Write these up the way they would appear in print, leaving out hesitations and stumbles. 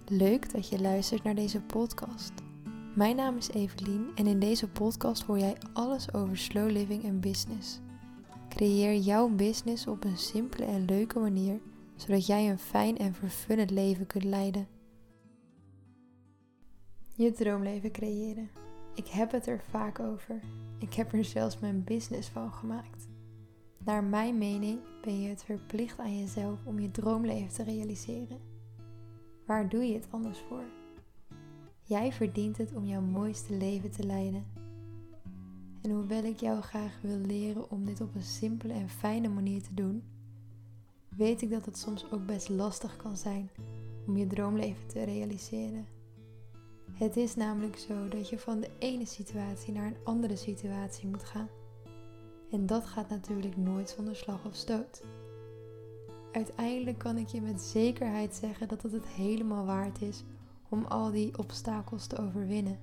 Leuk dat je luistert naar deze podcast. Mijn naam is Evelien en in deze podcast hoor jij alles over slow living en business. Creëer jouw business op een simpele en leuke manier, zodat jij een fijn en vervullend leven kunt leiden. Je droomleven creëren. Ik heb het er vaak over. Ik heb er zelfs mijn business van gemaakt. Naar mijn mening ben je het verplicht aan jezelf om je droomleven te realiseren. Waar doe je het anders voor? Jij verdient het om jouw mooiste leven te leiden. En hoewel ik jou graag wil leren om dit op een simpele en fijne manier te doen, weet ik dat het soms ook best lastig kan zijn om je droomleven te realiseren. Het is namelijk zo dat je van de ene situatie naar een andere situatie moet gaan. En dat gaat natuurlijk nooit zonder slag of stoot. Uiteindelijk kan ik je met zekerheid zeggen dat het helemaal waard is om al die obstakels te overwinnen.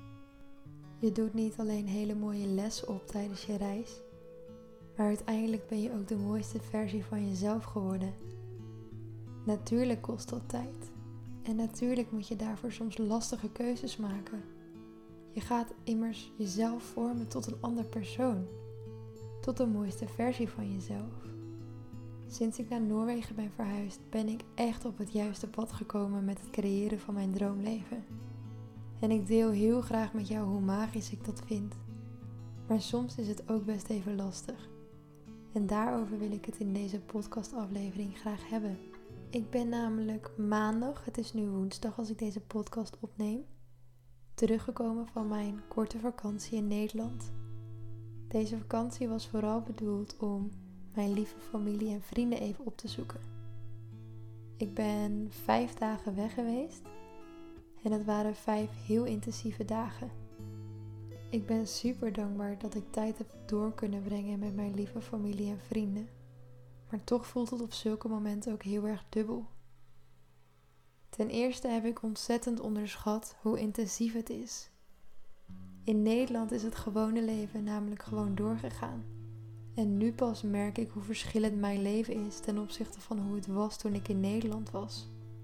Je doet niet alleen hele mooie lessen op tijdens je reis, maar uiteindelijk ben je ook de mooiste versie van jezelf geworden. Natuurlijk kost dat tijd. En natuurlijk moet je daarvoor soms lastige keuzes maken. Je gaat immers jezelf vormen tot een ander persoon. Tot de mooiste versie van jezelf. Sinds ik naar Noorwegen ben verhuisd, ben ik echt op het juiste pad gekomen met het creëren van mijn droomleven. En ik deel heel graag met jou hoe magisch ik dat vind. Maar soms is het ook best even lastig. En daarover wil ik het in deze podcastaflevering graag hebben. Ik ben namelijk maandag, het is nu woensdag als ik deze podcast opneem, teruggekomen van mijn korte vakantie in Nederland. Deze vakantie was vooral bedoeld om mijn lieve familie en vrienden even op te zoeken. Ik ben 5 dagen weg geweest en het waren 5 heel intensieve dagen. Ik ben super dankbaar dat ik tijd heb door kunnen brengen met mijn lieve familie en vrienden. Maar toch voelt het op zulke momenten ook heel erg dubbel. Ten eerste heb ik ontzettend onderschat hoe intensief het is. In Nederland is het gewone leven namelijk gewoon doorgegaan. En nu pas merk ik hoe verschillend mijn leven is ten opzichte van hoe het was toen ik in Nederland was.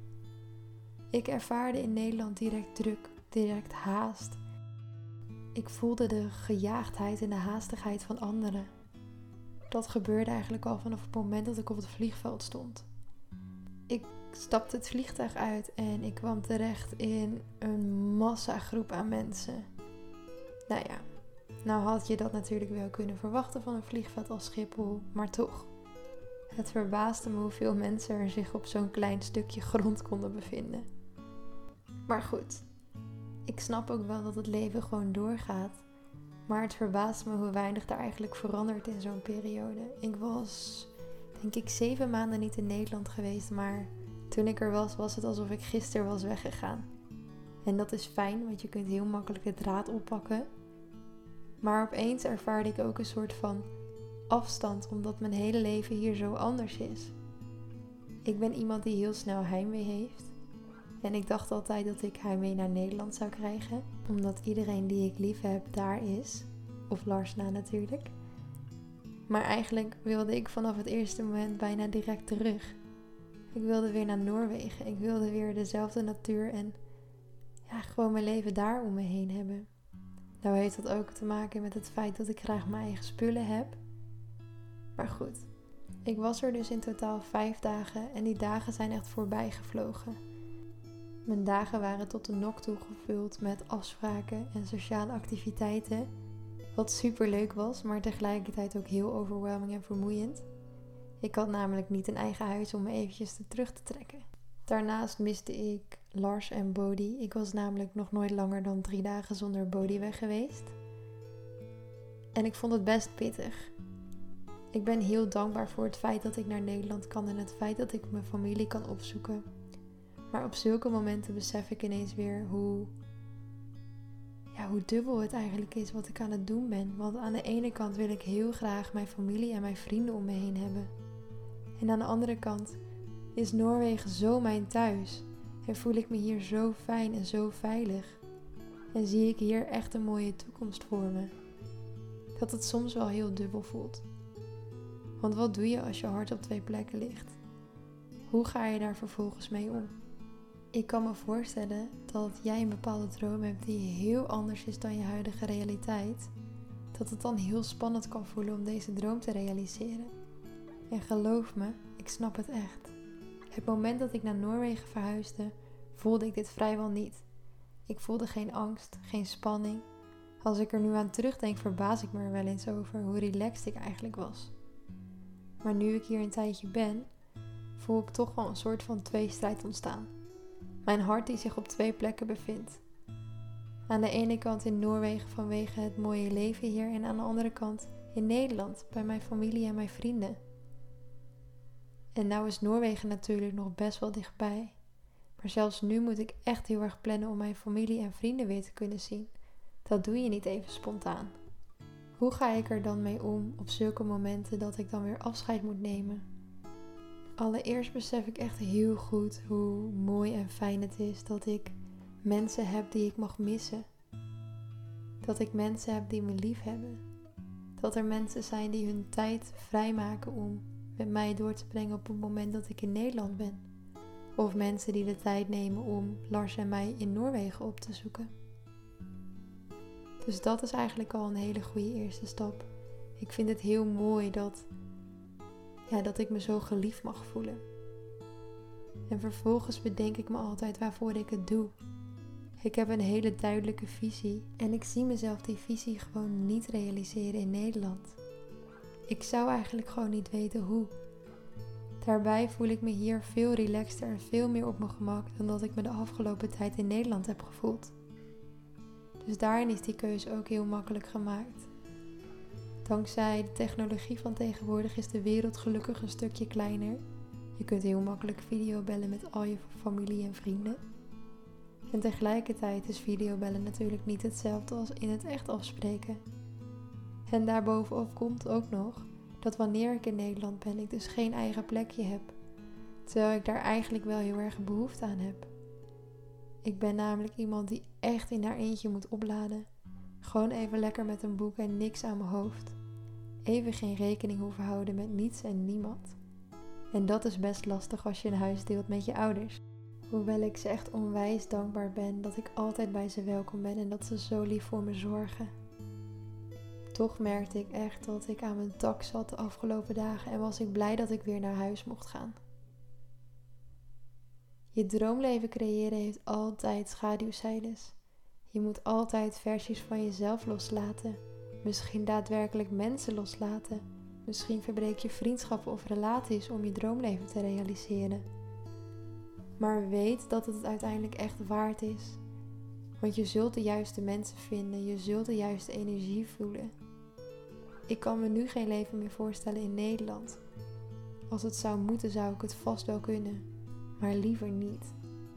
Ik ervaarde in Nederland direct druk, direct haast. Ik voelde de gejaagdheid en de haastigheid van anderen. Dat gebeurde eigenlijk al vanaf het moment dat ik op het vliegveld stond. Ik stapte het vliegtuig uit en ik kwam terecht in een massagroep aan mensen. Nou ja, nou had je dat natuurlijk wel kunnen verwachten van een vliegveld als Schiphol, maar toch. Het verbaasde me hoeveel mensen er zich op zo'n klein stukje grond konden bevinden. Maar goed, ik snap ook wel dat het leven gewoon doorgaat. Maar het verbaast me hoe weinig daar eigenlijk verandert in zo'n periode. Ik was, denk ik, 7 maanden niet in Nederland geweest, maar toen ik er was, was het alsof ik gisteren was weggegaan. En dat is fijn, want je kunt heel makkelijk de draad oppakken. Maar opeens ervaarde ik ook een soort van afstand, omdat mijn hele leven hier zo anders is. Ik ben iemand die heel snel heimwee heeft. En ik dacht altijd dat ik heimwee naar Nederland zou krijgen, omdat iedereen die ik lief heb daar is. Of Larsna natuurlijk. Maar eigenlijk wilde ik vanaf het eerste moment bijna direct terug. Ik wilde weer naar Noorwegen. Ik wilde weer dezelfde natuur en gewoon mijn leven daar om me heen hebben. Nou heeft dat ook te maken met het feit dat ik graag mijn eigen spullen heb. Maar goed, ik was er dus in totaal 5 dagen en die dagen zijn echt voorbij gevlogen. Mijn dagen waren tot de nok toe gevuld met afspraken en sociale activiteiten. Wat super leuk was, maar tegelijkertijd ook heel overwhelming en vermoeiend. Ik had namelijk niet een eigen huis om me eventjes terug te trekken. Daarnaast miste ik Lars en Bodhi. Ik was namelijk nog nooit langer dan 3 dagen zonder Bodhi weg geweest. En ik vond het best pittig. Ik ben heel dankbaar voor het feit dat ik naar Nederland kan en het feit dat ik mijn familie kan opzoeken. Maar op zulke momenten besef ik ineens weer hoe dubbel het eigenlijk is wat ik aan het doen ben. Want aan de ene kant wil ik heel graag mijn familie en mijn vrienden om me heen hebben. En aan de andere kant is Noorwegen zo mijn thuis. En voel ik me hier zo fijn en zo veilig. En zie ik hier echt een mooie toekomst voor me. Dat het soms wel heel dubbel voelt. Want wat doe je als je hart op 2 plekken ligt? Hoe ga je daar vervolgens mee om? Ik kan me voorstellen dat jij een bepaalde droom hebt die heel anders is dan je huidige realiteit. Dat het dan heel spannend kan voelen om deze droom te realiseren. En geloof me, ik snap het echt. Het moment dat ik naar Noorwegen verhuisde, voelde ik dit vrijwel niet. Ik voelde geen angst, geen spanning. Als ik er nu aan terugdenk, verbaas ik me er wel eens over hoe relaxed ik eigenlijk was. Maar nu ik hier een tijdje ben, voel ik toch wel een soort van tweestrijd ontstaan. Mijn hart die zich op 2 plekken bevindt. Aan de ene kant in Noorwegen vanwege het mooie leven hier en aan de andere kant in Nederland bij mijn familie en mijn vrienden. En nou is Noorwegen natuurlijk nog best wel dichtbij. Maar zelfs nu moet ik echt heel erg plannen om mijn familie en vrienden weer te kunnen zien. Dat doe je niet even spontaan. Hoe ga ik er dan mee om op zulke momenten dat ik dan weer afscheid moet nemen? Allereerst besef ik echt heel goed hoe mooi en fijn het is dat ik mensen heb die ik mag missen. Dat ik mensen heb die me lief hebben. Dat er mensen zijn die hun tijd vrijmaken om met mij door te brengen op het moment dat ik in Nederland ben. Of mensen die de tijd nemen om Lars en mij in Noorwegen op te zoeken. Dus dat is eigenlijk al een hele goede eerste stap. Ik vind het heel mooi dat ik me zo geliefd mag voelen. En vervolgens bedenk ik me altijd waarvoor ik het doe. Ik heb een hele duidelijke visie en ik zie mezelf die visie gewoon niet realiseren in Nederland. Ik zou eigenlijk gewoon niet weten hoe. Daarbij voel ik me hier veel relaxter en veel meer op mijn gemak dan dat ik me de afgelopen tijd in Nederland heb gevoeld. Dus daarin is die keuze ook heel makkelijk gemaakt. Dankzij de technologie van tegenwoordig is de wereld gelukkig een stukje kleiner. Je kunt heel makkelijk videobellen met al je familie en vrienden. En tegelijkertijd is videobellen natuurlijk niet hetzelfde als in het echt afspreken. En daarbovenop komt ook nog dat wanneer ik in Nederland ben, ik dus geen eigen plekje heb. Terwijl ik daar eigenlijk wel heel erg behoefte aan heb. Ik ben namelijk iemand die echt in haar eentje moet opladen. Gewoon even lekker met een boek en niks aan mijn hoofd. Even geen rekening hoeven houden met niets en niemand. En dat is best lastig als je een huis deelt met je ouders. Hoewel ik ze echt onwijs dankbaar ben dat ik altijd bij ze welkom ben en dat ze zo lief voor me zorgen. Toch merkte ik echt dat ik aan mijn dak zat de afgelopen dagen en was ik blij dat ik weer naar huis mocht gaan. Je droomleven creëren heeft altijd schaduwzijdes. Je moet altijd versies van jezelf loslaten. Misschien daadwerkelijk mensen loslaten. Misschien verbreek je vriendschappen of relaties om je droomleven te realiseren. Maar weet dat het uiteindelijk echt waard is. Want je zult de juiste mensen vinden. Je zult de juiste energie voelen. Ik kan me nu geen leven meer voorstellen in Nederland. Als het zou moeten, zou ik het vast wel kunnen. Maar liever niet.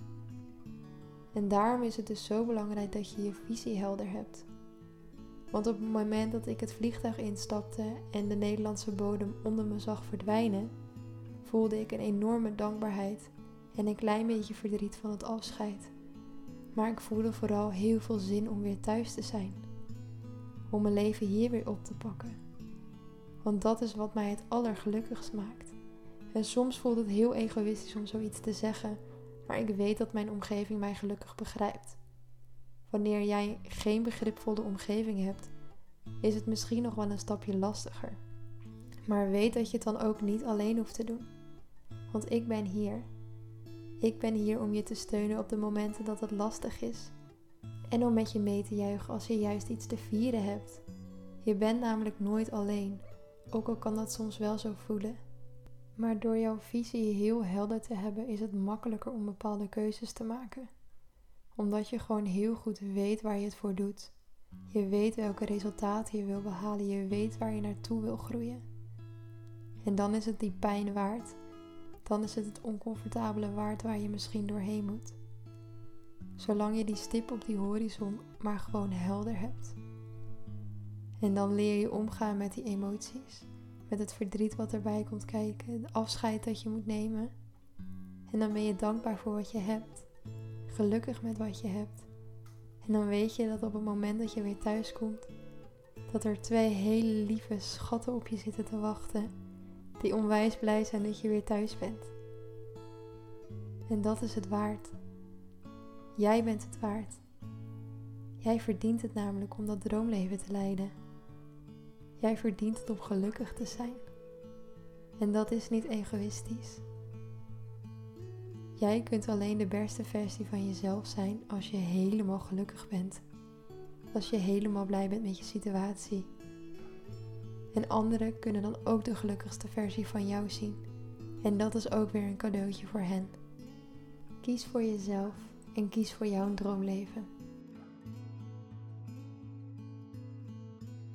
En daarom is het dus zo belangrijk dat je je visie helder hebt. Want op het moment dat ik het vliegtuig instapte en de Nederlandse bodem onder me zag verdwijnen, voelde ik een enorme dankbaarheid en een klein beetje verdriet van het afscheid. Maar ik voelde vooral heel veel zin om weer thuis te zijn. Om mijn leven hier weer op te pakken. Want dat is wat mij het allergelukkigst maakt. En soms voelt het heel egoïstisch om zoiets te zeggen, maar ik weet dat mijn omgeving mij gelukkig begrijpt. Wanneer jij geen begripvolle omgeving hebt, is het misschien nog wel een stapje lastiger. Maar weet dat je het dan ook niet alleen hoeft te doen. Want ik ben hier. Ik ben hier om je te steunen op de momenten dat het lastig is. En om met je mee te juichen als je juist iets te vieren hebt. Je bent namelijk nooit alleen, ook al kan dat soms wel zo voelen. Maar door jouw visie heel helder te hebben, is het makkelijker om bepaalde keuzes te maken. Omdat je gewoon heel goed weet waar je het voor doet. Je weet welke resultaten je wil behalen, je weet waar je naartoe wil groeien. En dan is het die pijn waard. Dan is het oncomfortabele waard waar je misschien doorheen moet. Zolang je die stip op die horizon maar gewoon helder hebt. En dan leer je omgaan met die emoties. Met het verdriet wat erbij komt kijken. De afscheid dat je moet nemen. En dan ben je dankbaar voor wat je hebt. Gelukkig met wat je hebt. En dan weet je dat op het moment dat je weer thuis komt, dat er 2 hele lieve schatten op je zitten te wachten. Die onwijs blij zijn dat je weer thuis bent. En dat is het waard. Jij bent het waard. Jij verdient het namelijk om dat droomleven te leiden. Jij verdient het om gelukkig te zijn. En dat is niet egoïstisch. Jij kunt alleen de beste versie van jezelf zijn als je helemaal gelukkig bent. Als je helemaal blij bent met je situatie. En anderen kunnen dan ook de gelukkigste versie van jou zien. En dat is ook weer een cadeautje voor hen. Kies voor jezelf en kies voor jouw droomleven.